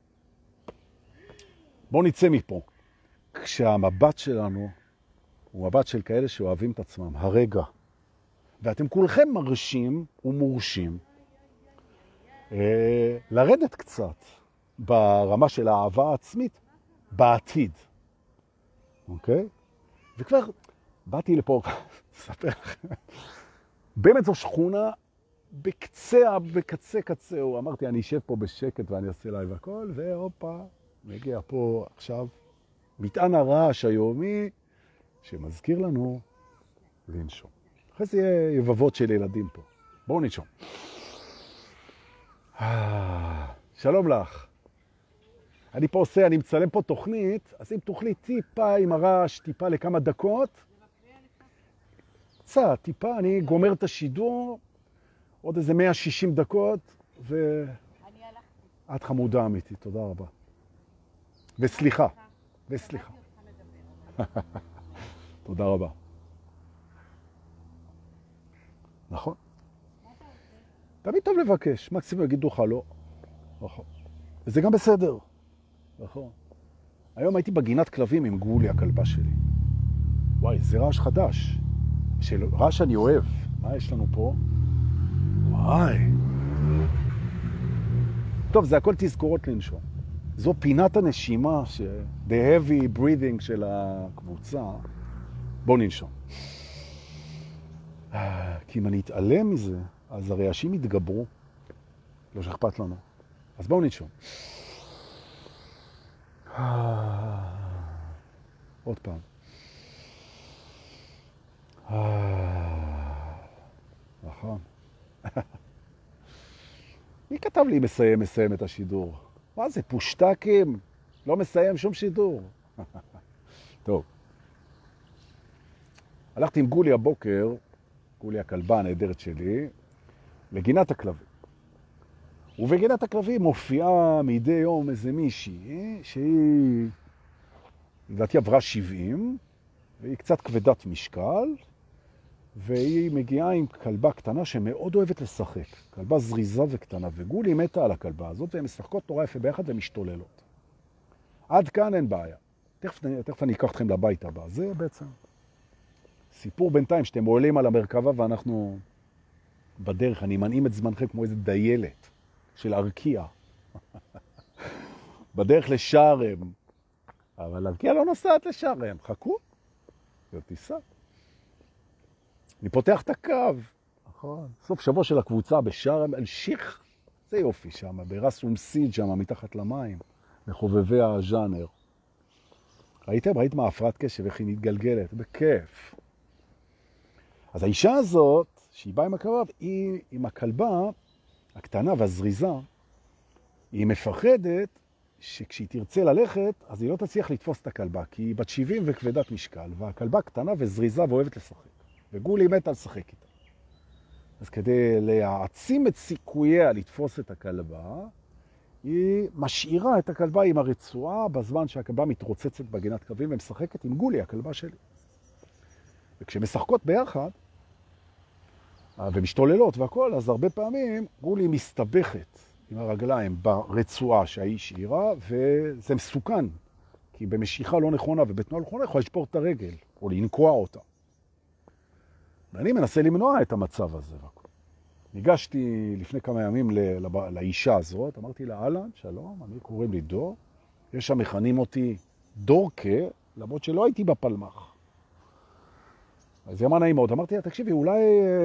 בואו נצא מפה. כשהמבט שלנו הוא מבט של כאלה שאוהבים את עצמם, הרגע. ואתם כולכם מרשים ומורשים לרדת קצת ברמה של האהבה העצמית בעתיד. אוקיי? וכבר באתי לפה, אספר לכם, באמת זו שכונה בקצה קצהו. אמרתי, אני אשב פה בשקט ואני אעשה לייב הכל, והופה, מגיע פה עכשיו מטען הרעש היומי שמזכיר לנו לנשום. אחרי זה יהיה יבבות של ילדים פה. בואו נשום. שלום לך. אני מצלם פה תוכנית, אז אם תוכלי טיפה עם הרעש, טיפה לכמה דקות, קצת, טיפה, אני גומר את השידור, עוד איזה 160 דקות, את חמודה אמיתי, תודה רבה. וסליחה. תודה רבה. נכון? תמיד טוב לבקש, מקסימום יגידו לך לא. נכון. וזה גם בסדר. נכון. היום הייתי בגינת כלבים עם גולי, הכלבה שלי. וואי, זה רעש חדש. רעש אני אוהב. מה יש לנו פה? וואי. טוב, זה הכל תזכורות לנשום. זו פינת הנשימה, the heavy breathing של הקבוצה. בואו ננשום. כי אם אני אתעלם מזה, אז הרעשים יתגברו. לא שאכפת לנו. אז בואו ננשום. עוד פעם. נכון. מי כתב לי מסיים את השידור? מה זה, פושטקים? לא מסיים שום שידור. טוב. הלכתי עם גולי הבוקר, גולי הכלבה הנהדרת שלי, לגינת הכלבים. ובגינת הכלבים מופיעה מדי יום איזה מישהי, שהיא, לדעתי עברה 70, והיא קצת כבדת משקל, והיא מגיעה עם כלבה קטנה שמאוד אוהבת לשחק. כלבה זריזה וקטנה, וגולי מתה על הכלבה הזאת, והן משחקות נורא יפה ביחד ומשתוללות. עד כאן אין בעיה. תכף אני אקח אתכם לבית הבא. זה בעצם סיפור בינתיים שאתם עולים על המרכבה ואנחנו בדרך, אני מנעים את זמנכם כמו איזה דיילת של ארקיע. בדרך לשארם. אבל ארקיע לא נוסעת לשארם, חכו. זו טיסה. אני פותח את הקו. נכון. סוף שבוע של הקבוצה בשארם אל-שיח. זה יופי שם, ברס ומסיד שם, מתחת למים, לחובבי הז'אנר. ראית מה הפרעת קשב, איך היא מתגלגלת? בכיף. אז האישה הזאת, שהיא באה עם הכלבה, היא עם הכלבה הקטנה והזריזה, היא מפחדת שכשהיא תרצה ללכת, אז היא לא תצליח לתפוס את הכלבה, כי היא בת 70 וכבדת משקל, והכלבה קטנה וזריזה ואוהבת לשחק. וגולי מת על לשחק איתה. אז כדי להעצים את סיכוייה לתפוס את הכלבה, היא משאירה את הכלבה עם הרצועה בזמן שהכלבה מתרוצצת בגינת כלבים ומשחקת עם גולי, הכלבה שלי. וכשמשחקות ביחד, ומשתוללות והכל, אז הרבה פעמים גולי מסתבכת עם הרגליים ברצועה שהאיש השאירה, וזה מסוכן, כי במשיכה לא נכונה ובתנועה לא נכונה יכולה לשבור את הרגל, או לנקוע אותה. ואני מנסה למנוע את המצב הזה. ניגשתי לפני כמה ימים לאישה הזאת, אמרתי לה, אהלן, שלום, אני קוראים לי דור, יש שם מכנים אותי דורקה, למרות שלא הייתי בפלמח. אז היא אמרה נעים מאוד, אמרתי לה, תקשיבי, אולי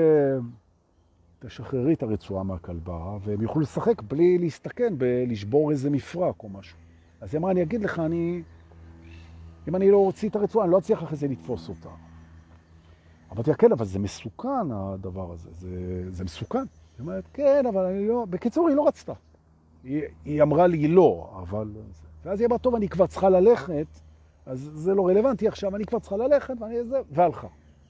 תשחררי את הרצועה מהכלבה, והם יוכלו לשחק בלי להסתכן, בלשבור איזה מפרק או משהו. אז היא אמרה, אני אגיד לך, אם אני לא רוצה את הרצועה, אני לא אצליח אחרי זה לתפוס אותה. אמרתי לה, כן, אבל זה מסוכן הדבר הזה, זה מסוכן. היא אומרת, כן, אבל אני לא... בקיצור, היא לא רצתה. היא אמרה לי לא, אבל... ואז היא אמרה, טוב, אני כבר צריכה ללכת, אז זה לא רלוונטי עכשיו, אני כבר צריכה ללכת, והלכה.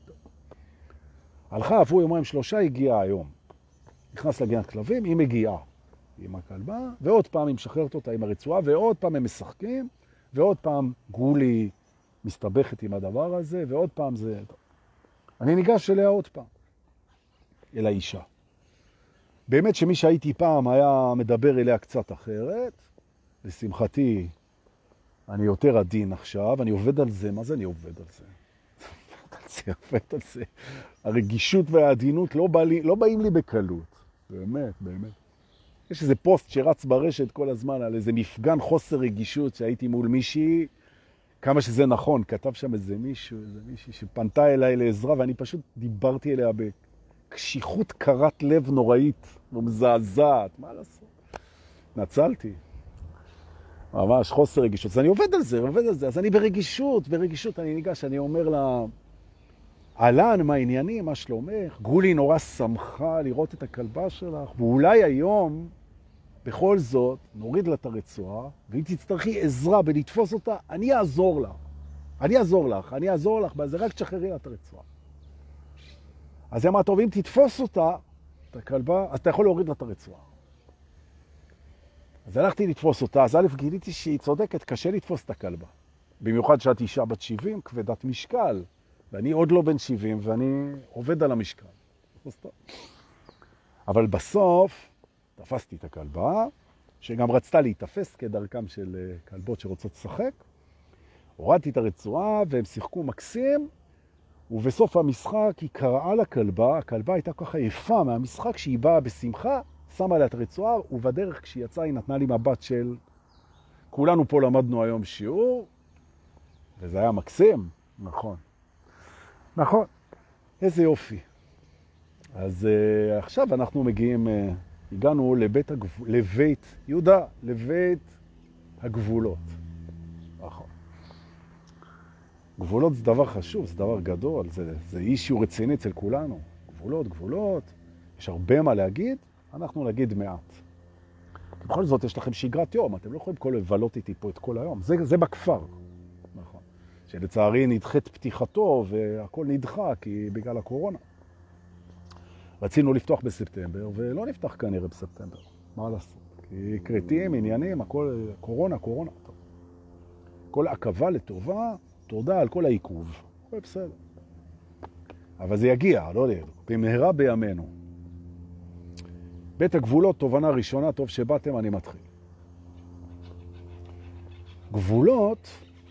הלכה, עברו יומיים 3, הגיעה היום. נכנס לגינת כלבים, היא מגיעה עם הכלבה, ועוד פעם היא משחררת אותה עם הרצועה, ועוד פעם הם משחקים, ועוד פעם גולי מסתבכת עם הדבר הזה, ועוד פעם זה... אני ניגש אליה עוד פעם, אל האישה. באמת שמי שהייתי פעם היה מדבר אליה קצת אחרת, לשמחתי אני יותר עדין עכשיו, אני עובד על זה, מה זה אני עובד על זה? עובד על זה. הרגישות והעדינות לא באים לי בקלות, באמת, באמת. יש איזה פוסט שרץ ברשת כל הזמן על איזה מפגן חוסר רגישות שהייתי מול מישהי, כמה שזה נכון, כתב שם איזה מישהי שפנתה אליי לעזרה, ואני פשוט דיברתי אליה בקשיחות קרת לב נוראית, ומזעזעת, מה לעשות? נצלתי. ממש חוסר רגישות. אז אני עובד על זה, אז אני ברגישות, אני ניגש, אני אומר לה, אלן, מה העניינים, מה שלומך? גולי נורא שמחה לראות את הכלבה שלך, ואולי היום, בכל זאת, נוריד לה את הרצועה, ואם תצטרכי עזרה בלתפוס אותה, אני אעזור לך, וזה רק תשחררי לה את הרצועה. אז היא אמרה, טוב, אם תתפוס אותה, את הכלבה, אז אתה יכול להוריד לה את הרצועה. אז הלכתי לתפוס אותה, אז א' גיליתי שהיא צודקת, קשה לתפוס את הכלבה. במיוחד שאת אישה בת 70, כבדת משקל, ואני עוד לא בן 70, ואני עובד על המשקל. אבל בסוף, תפסתי את הכלבה, שגם רצתה להתאפס כדרכם של כלבות שרוצות לשחק. הורדתי את הרצועה והם שיחקו מקסים, ובסוף המשחק היא קראה לכלבה, הכלבה הייתה ככה יפה מהמשחק שהיא באה בשמחה, שמה לה את הרצועה, ובדרך כשהיא יצאה היא נתנה לי מבט של כולנו פה למדנו היום שיעור, וזה היה מקסים, נכון. נכון, איזה יופי. אז עכשיו אנחנו מגיעים... הגענו לבית יהודה, לבית הגבולות. גבולות זה דבר חשוב, זה דבר גדול, זה אישיו רציני אצל כולנו. גבולות, יש הרבה מה להגיד, אנחנו נגיד מעט. בכל זאת יש לכם שגרת יום, אתם לא יכולים לבלות איתי פה את כל היום, זה בכפר. נכון. שלצערי נדחת פתיחתו והכל נדחה כי בגלל הקורונה. רצינו לפתוח בספטמבר ולא נפתח כנראה בספטמבר. מה לעשות? כי קריטים, עניינים, הכל קורונה. טוב. כל עקבה לטובה, תודה על כל העיכוב. הכל בסדר. אבל זה יגיע, לא יודע, במהרה בימינו. בית הגבולות, תובנה ראשונה, טוב שבאתם, אני מתחיל. גבולות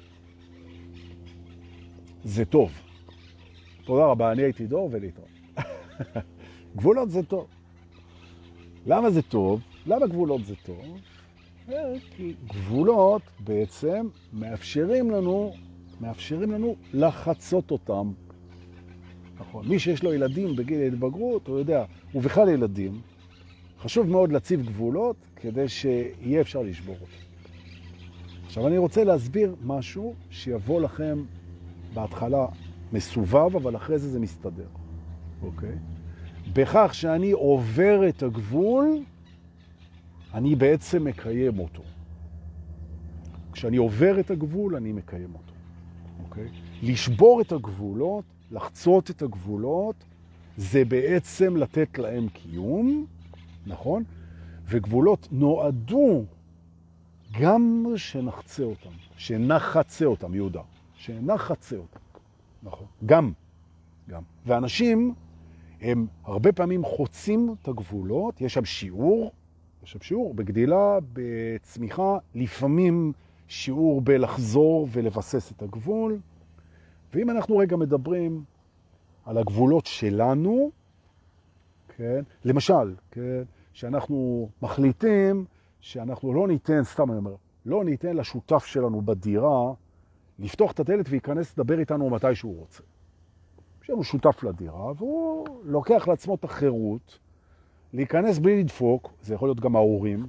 זה טוב. תודה רבה, אני הייתי דור ולהתראות. גבולות זה טוב. למה זה טוב? למה גבולות זה טוב? כי גבולות בעצם מאפשרים לנו לחצות אותם. נכון. מי שיש לו ילדים בגיל ההתבגרות, הוא יודע, ובכלל ילדים, חשוב מאוד להציב גבולות כדי שיהיה אפשר לשבור אותם. עכשיו אני רוצה להסביר משהו שיבוא לכם בהתחלה מסובב, אבל אחרי זה מסתדר. אוקיי? בכך שאני עובר את הגבול, אני בעצם מקיים אותו. כשאני עובר את הגבול, אני מקיים אותו. אוקיי? לשבור את הגבולות, לחצות את הגבולות, זה בעצם לתת להם קיום, נכון? וגבולות נועדו גם שנחצה אותם, שנחצה אותם, יהודה, שנחצה אותם, נכון? גם. ואנשים, הם הרבה פעמים חוצים את הגבולות, יש שם שיעור בגדילה, בצמיחה, לפעמים שיעור בלחזור ולבסס את הגבול. ואם אנחנו רגע מדברים על הגבולות שלנו, כן? למשל, כן? שאנחנו מחליטים שאנחנו לא ניתן, סתם אני אומר, לא ניתן לשותף שלנו בדירה לפתוח את הדלת וייכנס לדבר איתנו מתי שהוא רוצה. יש לנו שותף לדירה, והוא לוקח לעצמו את החירות, להיכנס בלי לדפוק, זה יכול להיות גם ההורים,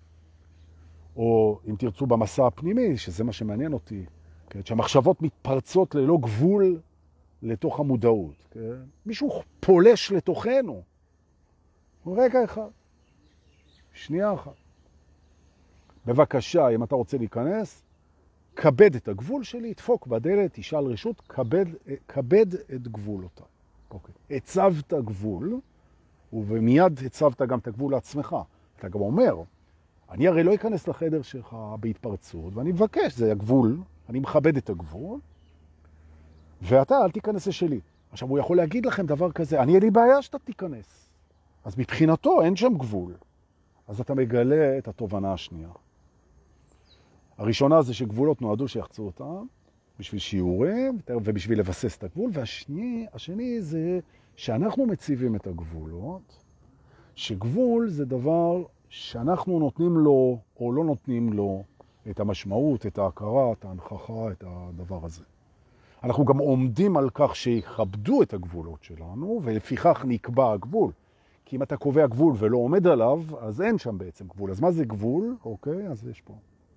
או אם תרצו במסע הפנימי, שזה מה שמעניין אותי, כן? שהמחשבות מתפרצות ללא גבול לתוך המודעות. כן? מישהו פולש לתוכנו. רגע אחד, שנייה אחת. בבקשה, אם אתה רוצה להיכנס, כבד את הגבול שלי, תפוק בדלת, תשאל רשות, כבד את גבולותיי. אוקיי. הצבת גבול, ומיד הצבת גם את הגבול לעצמך. אתה גם אומר, אני הרי לא אכנס לחדר שלך בהתפרצות, ואני מבקש, זה הגבול, אני מכבד את הגבול, ואתה אל תיכנס לשלי. עכשיו, הוא יכול להגיד לכם דבר כזה, אין לי בעיה שאתה תיכנס. אז מבחינתו אין שם גבול. אז אתה מגלה את התובנה השנייה. הראשונה זה שגבולות נועדו שיחצו אותם, בשביל שיעורים ובשביל לבסס את הגבול, והשני זה שאנחנו מציבים את הגבולות, שגבול זה דבר שאנחנו נותנים לו או לא נותנים לו את המשמעות, את ההכרה, את ההנכחה, את הדבר הזה. אנחנו גם עומדים על כך שיכבדו את הגבולות שלנו, ולפיכך נקבע הגבול. כי אם אתה קובע גבול ולא עומד עליו, אז אין שם בעצם גבול. אז מה זה גבול? אוקיי, אז יש פה.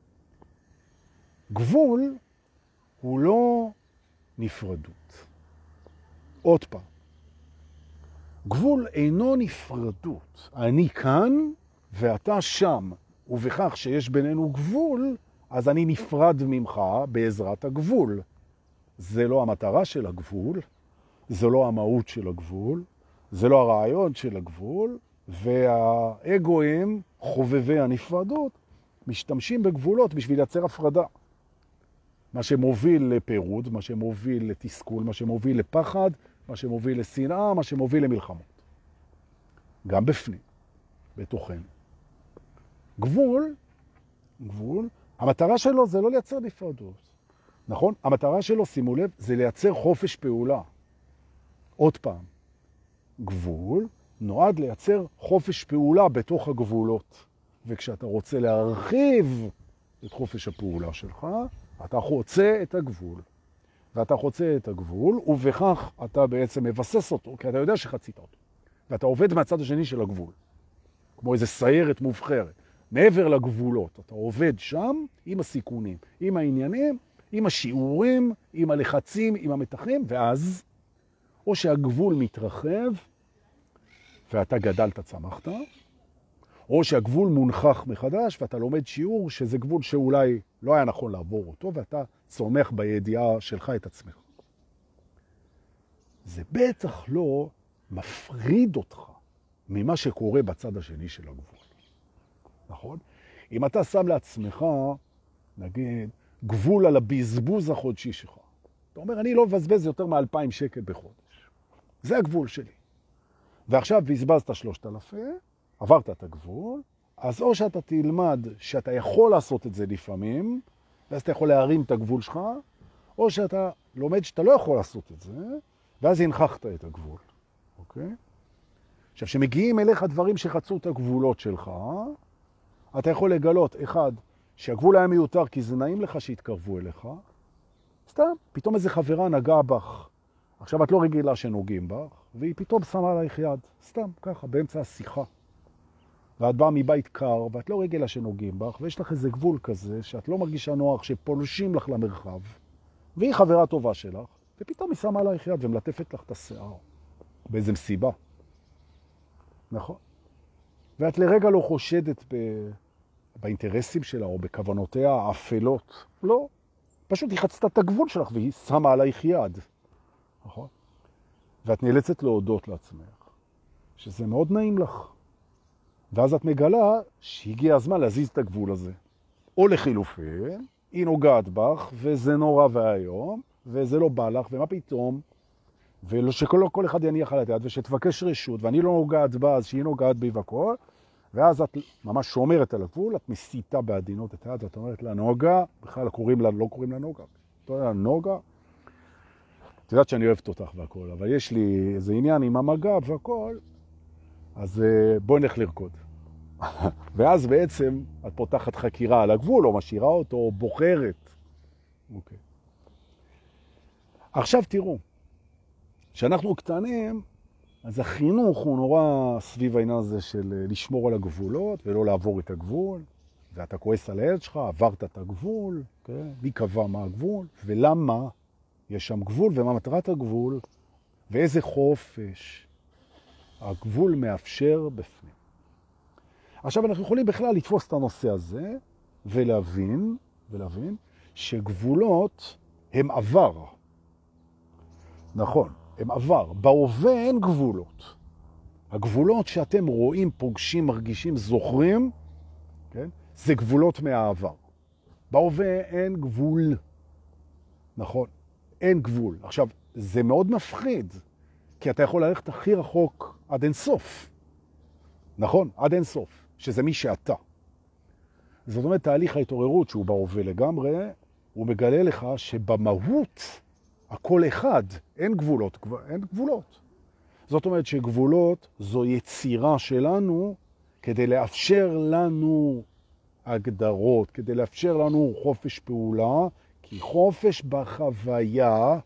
גבול הוא לא נפרדות. עוד פעם. גבול אינו נפרדות. אני כאן ואתה שם, ובכך שיש בינינו גבול, אז אני נפרד ממך בעזרת הגבול. זה לא המטרה של הגבול, זה לא המהות של הגבול, זה לא הרעיון של הגבול, והאגואים, חובבי הנפרדות, משתמשים בגבולות בשביל לייצר הפרדה. מה שמוביל לפירוד, מה שמוביל לתסכול, מה שמוביל לפחד, מה שמוביל לשנאה, מה שמוביל למלחמות. גם בפנים, בתוכנו. גבול, המטרה שלו זה לא לייצר נפרדות. נכון? המטרה שלו, שימו לב, זה לייצר חופש פעולה. עוד פעם, גבול נועד לייצר חופש פעולה בתוך הגבולות. וכשאתה רוצה להרחיב את חופש הפעולה שלך, אתה חוצה את הגבול. ואתה חוצה את הגבול, ובכך אתה בעצם מבסס אותו, כי אתה יודע שחצית אותו. ואתה עובד מהצד השני של הגבול. כמו איזו סיירת מובחרת. מעבר לגבולות, אתה עובד שם עם הסיכונים, עם העניינים, עם השיעורים, עם הלחצים, עם המתחים, ואז או שהגבול מתרחב ואתה גדלת, צמחת, או שהגבול מונחח מחדש ואתה לומד שיעור שזה גבול שאולי לא היה נכון לעבור אותו, ואתה צומח בידיעה שלך את עצמך. זה בטח לא מפריד אותך ממה שקורה בצד השני של הגבול. נכון? אם אתה שם לעצמך, נגיד, גבול על הבזבוז החודשי שלך, אתה אומר, אני לא מבזבז יותר מ-2,000 שקל בחודש. זה הגבול שלי. ועכשיו בזבזת 3,000, עברת את הגבול, אז או שאתה תלמד שאתה יכול לעשות את זה לפעמים, ואז אתה יכול להרים את הגבול שלך, או שאתה לומד שאתה לא יכול לעשות את זה, ואז הנחחת את הגבול. אוקיי? עכשיו, שמגיעים אליך דברים שחצו את הגבולות שלך, אתה יכול לגלות, אחד, שהגבול היה מיותר כי זה נעים לך שהתקרבו אליך, סתם, פתאום איזה חברה נגעה בך, עכשיו את לא רגילה שנוגעים בך, והיא פתאום שמה עלייך יד, סתם, ככה, באמצע השיחה. ואת באה מבית קר, ואת לא רגילה שנוגעים בך, ויש לך איזה גבול כזה, שאת לא מרגישה נוח, שפולשים לך למרחב, והיא חברה טובה שלך, ופתאום היא שמה עלייך יד ומלטפת לך את השיער, באיזה מסיבה. נכון? ואת לרגע לא חושדת באינטרסים שלה, או בכוונותיה האפלות. לא. פשוט היא חצתה את הגבול שלך, והיא שמה עלייך יד. נכון? ואת נאלצת להודות לעצמך, שזה מאוד נעים לך. ואז את מגלה שהגיע הזמן להזיז את הגבול הזה. או לחילופין, היא נוגעת בך, וזה נורא והיום, וזה לא בא לך, ומה פתאום? ושכל אחד יניח על היד, ושתבקש רשות, ואני לא נוגעת בה, אז שהיא נוגעת בי וכל, ואז את ממש שומרת על הגבול, את מסיתה בעדינות את היד, ואת אומרת לה, נוגה, בכלל לא קוראים לה נוגה. אתה יודע, נוגה, את יודעת שאני אוהבת אותך והכל, אבל יש לי איזה עניין עם המגע והכל, אז בואי נלך לרקוד. ואז בעצם את פותחת חקירה על הגבול, או משאירה אותו, או בוחרת. אוקיי. עכשיו תראו, כשאנחנו קטנים, אז החינוך הוא נורא סביב העניין הזה של לשמור על הגבולות, ולא לעבור את הגבול, ואתה כועס על הילד שלך, עברת את הגבול, כן? מי קבע מה הגבול, ולמה יש שם גבול, ומה מטרת הגבול, ואיזה חופש הגבול מאפשר בפנים. עכשיו אנחנו יכולים בכלל לתפוס את הנושא הזה, ולהבין שגבולות הם עבר. נכון, הם עבר. בהווה אין גבולות. הגבולות שאתם רואים, פוגשים, מרגישים, זוכרים, כן? זה גבולות מהעבר. בהווה אין גבול. נכון, אין גבול. עכשיו, זה מאוד מפחיד, כי אתה יכול ללכת הכי רחוק עד אין סוף. נכון? עד אין סוף, שזה מי שאתה. זאת אומרת, תהליך ההתעוררות שהוא בהווה לגמרי, הוא מגלה לך שבמהות הכל אחד, אין גבולות, אין גבולות. זאת אומרת שגבולות זו יצירה שלנו כדי לאפשר לנו הגדרות, כדי לאפשר לנו חופש פעולה, כי חופש בחוויה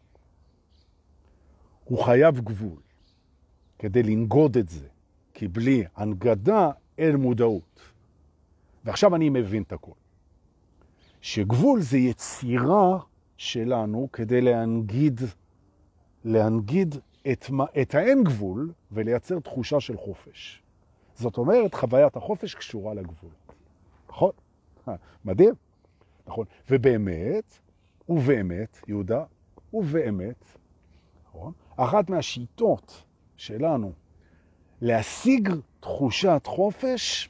הוא חייב גבול, כדי לנגוד את זה, כי בלי הנגדה אין מודעות. ועכשיו אני מבין את הכל. שגבול זה יצירה שלנו כדי להנגיד את האין גבול ולייצר תחושה של חופש. זאת אומרת, חוויית החופש קשורה לגבול. נכון? מדהים. נכון. ובאמת, יהודה, נכון? אחת מהשיטות שלנו להשיג תחושת חופש,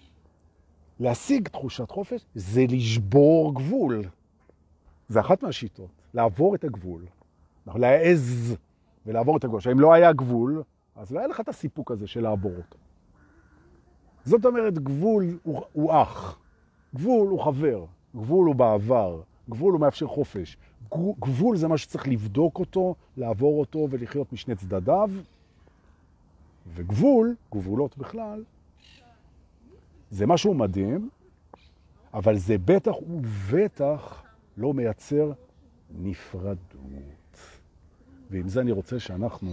זה לשבור גבול. זה אחת מהשיטות, לעבור את הגבול. להעז ולעבור את הגבול. שאם לא היה גבול, אז לא היה לך את הסיפוק הזה של לעבור אותו. זאת אומרת, גבול הוא אח, גבול הוא חבר, גבול הוא בעבר, גבול הוא מאפשר חופש. גבול זה מה שצריך לבדוק אותו, לעבור אותו ולחיות משני צדדיו. גבולות בכלל, זה משהו מדהים, אבל זה בטח ובטח לא מייצר נפרדות. ועם זה אני רוצה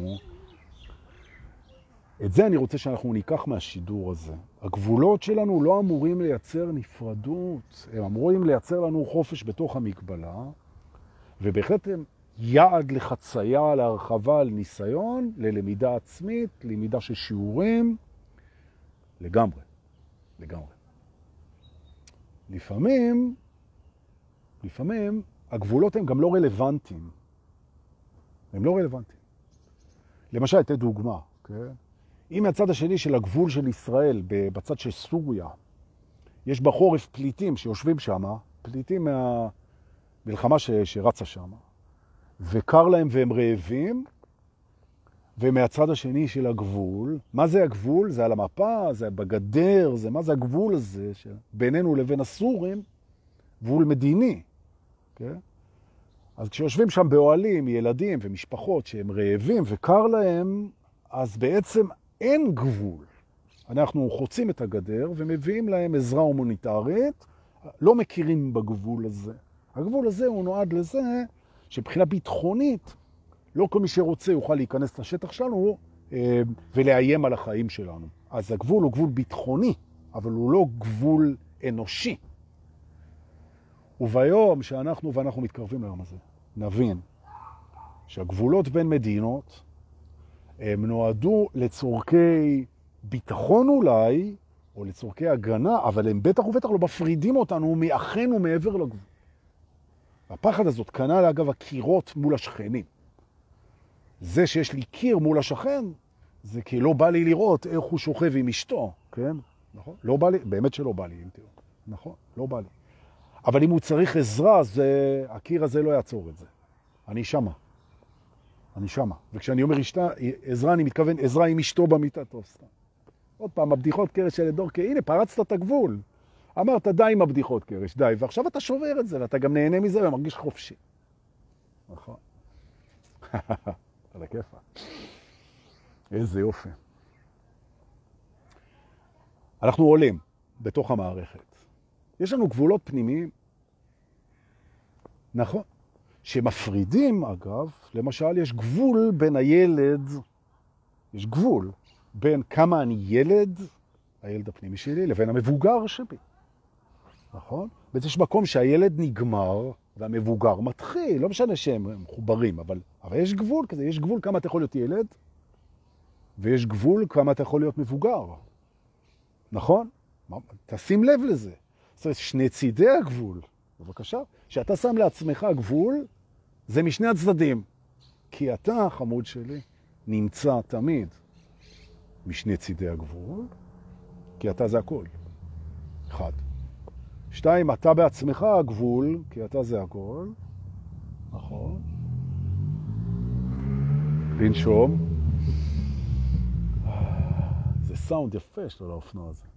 שאנחנו ניקח מהשידור הזה. הגבולות שלנו לא אמורים לייצר נפרדות, הם אמורים לייצר לנו חופש בתוך המגבלה, ובהחלט הם יעד לחצייה, להרחבה, לניסיון, ללמידה עצמית, למידה של שיעורים, לגמרי, לגמרי. לפעמים הגבולות הם גם לא רלוונטיים. הם לא רלוונטיים. למשל, אתן דוגמה, כן? אם מהצד השני של הגבול של ישראל, בצד של סוריה, יש בחורף פליטים שיושבים שם, פליטים מהמלחמה שרצה שם, וקר להם והם רעבים, ומהצד השני של הגבול, מה זה הגבול? זה על המפה, זה בגדר, מה זה הגבול הזה בינינו לבין הסורים? גבול מדיני, כן? אז כשיושבים שם באוהלים, ילדים ומשפחות שהם רעבים וקר להם, אז בעצם אין גבול. אנחנו חוצים את הגדר ומביאים להם עזרה הומניטרית, לא מכירים בגבול הזה. הגבול הזה הוא נועד לזה שבחינה ביטחונית, לא כל מי שרוצה יוכל להיכנס לשטח שלנו ולאיים על החיים שלנו. אז הגבול הוא גבול ביטחוני, אבל הוא לא גבול אנושי. וביום ואנחנו מתקרבים ליום הזה, נבין שהגבולות בין מדינות הם נועדו לצורכי ביטחון אולי, או לצורכי הגנה, אבל הם בטח ובטח לא מפרידים אותנו מאחינו מעבר לגבול. הפחד הזאת קנה לאגב הקירות מול השכנים. זה שיש לי קיר מול השכן, זה כי לא בא לי לראות איך הוא שוכב עם אשתו, כן? נכון? לא בא לי, באמת שלא בא לי, אם תראו. נכון? לא בא לי. אבל אם הוא צריך עזרה, הקיר הזה לא יעצור את זה. אני שמה. וכשאני אומר עזרה, אני מתכוון עזרה עם אשתו במיטה, טוב, סתם. עוד פעם, הבדיחות קרש של דורקה, הנה, פרצת את הגבול. אמרת, די עם הבדיחות קרש, די. ועכשיו אתה שובר את זה, ואתה גם נהנה מזה ומרגיש חופשי. נכון. על הכיפה. איזה יופי. אנחנו עולים בתוך המערכת. יש לנו גבולות פנימיים, נכון, שמפרידים, אגב, למשל, יש גבול בין הילד, יש גבול בין כמה אני ילד, הילד הפנימי שלי, לבין המבוגר שבי. נכון? בעצם יש מקום שהילד נגמר והמבוגר מתחיל, לא משנה שהם מחוברים, אבל יש גבול כזה, יש גבול כמה אתה יכול להיות ילד, ויש גבול כמה אתה יכול להיות מבוגר. נכון? תשים לב לזה. זאת אומרת, שני צידי הגבול, בבקשה, שאתה שם לעצמך גבול, זה משני הצדדים. כי אתה, חמוד שלי, נמצא תמיד משני צידי הגבול, כי אתה זה הכל. 1. 2, אתה בעצמך הגבול, כי אתה זה הכל. נכון. לנשום. זה סאונד יפה שלו לאופנוע הזה.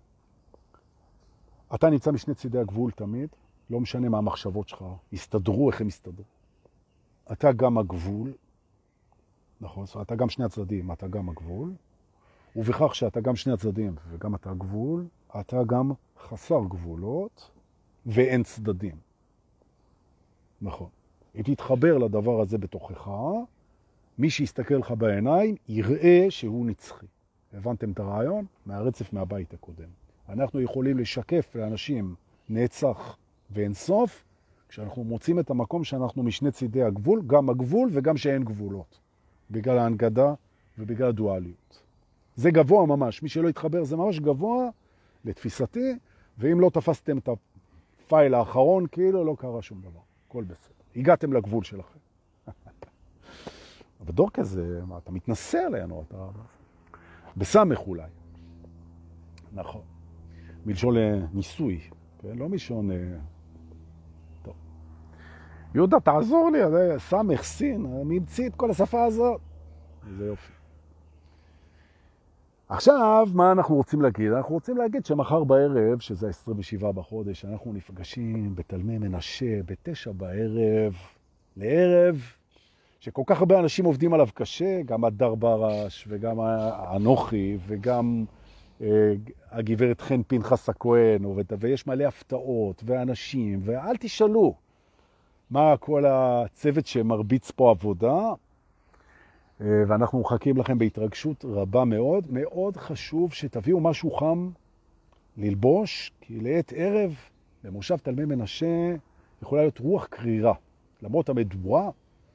אתה נמצא משני צידי הגבול תמיד, לא משנה מה המחשבות שלך, יסתדרו איך הם יסתדרו. אתה גם הגבול, נכון? זאת אומרת, אתה גם שני הצדדים, אתה גם הגבול, ובכך שאתה גם שני הצדדים וגם אתה הגבול, אתה גם חסר גבולות ואין צדדים. נכון. אם תתחבר לדבר הזה בתוכך, מי שיסתכל לך בעיניים יראה שהוא נצחי. הבנתם את הרעיון? מהרצף מהבית הקודם. אנחנו יכולים לשקף לאנשים נצח ואין סוף, כשאנחנו מוצאים את המקום שאנחנו משני צידי הגבול, גם הגבול וגם שאין גבולות, בגלל ההנגדה ובגלל הדואליות. זה גבוה ממש, מי שלא יתחבר זה ממש גבוה לתפיסתי, ואם לא תפסתם את הפייל האחרון, כאילו לא קרה שום דבר, הכל בסדר. הגעתם לגבול שלכם. אבל דור כזה, מה, אתה מתנסה עלינו, אתה בסמך אולי. נכון. מלשון ניסוי, כן? לא מלשון... טוב. יהודה, תעזור לי, סמך, סין, אני אמציא את כל השפה הזאת. זה יופי. עכשיו, מה אנחנו רוצים להגיד? אנחנו רוצים להגיד שמחר בערב, שזה 27 בחודש, אנחנו נפגשים בתלמי מנשה, ב9 בערב, לערב, שכל כך הרבה אנשים עובדים עליו קשה, גם הדר ברש, וגם האנוכי, וגם הגברת חן פנחס הכהן, ויש מלא הפתעות, ואנשים, ואל תשאלו מה כל הצוות שמרביץ פה עבודה, ואנחנו מחכים לכם בהתרגשות רבה מאוד. מאוד חשוב שתביאו משהו חם ללבוש, כי לעת ערב במושב תלמי מנשה יכולה להיות רוח קרירה. למרות המדורה,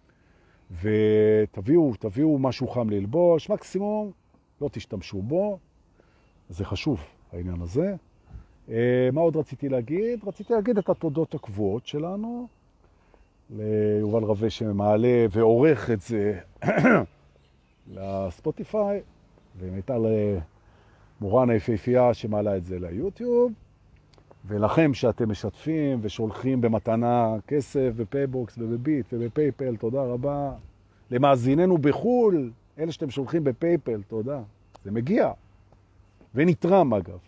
ותביאו משהו חם ללבוש, מקסימום לא תשתמשו בו, זה חשוב העניין הזה. מה עוד רציתי להגיד? רציתי להגיד את התודות הקבועות שלנו, ליובל רווה שמעלה ועורך את זה לספוטיפיי, ומיטל מורן היפהפייה שמעלה את זה ליוטיוב, ולכם שאתם משתפים ושולחים במתנה כסף בפייבוקס ובביט ובפייפל, תודה רבה. למאזיננו בחול, אלה שאתם שולחים בפייפל, תודה. זה מגיע. ונתרם אגב.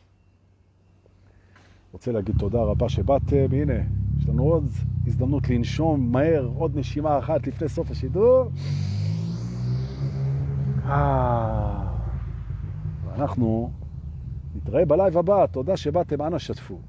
רוצה להגיד תודה רבה שבאתם. הנה, יש לנו עוד הזדמנות לנשום מהר, עוד נשימה אחת לפני סוף השידור. ואנחנו נתראה בלייב הבא. תודה שבאתם, אנא שתפו.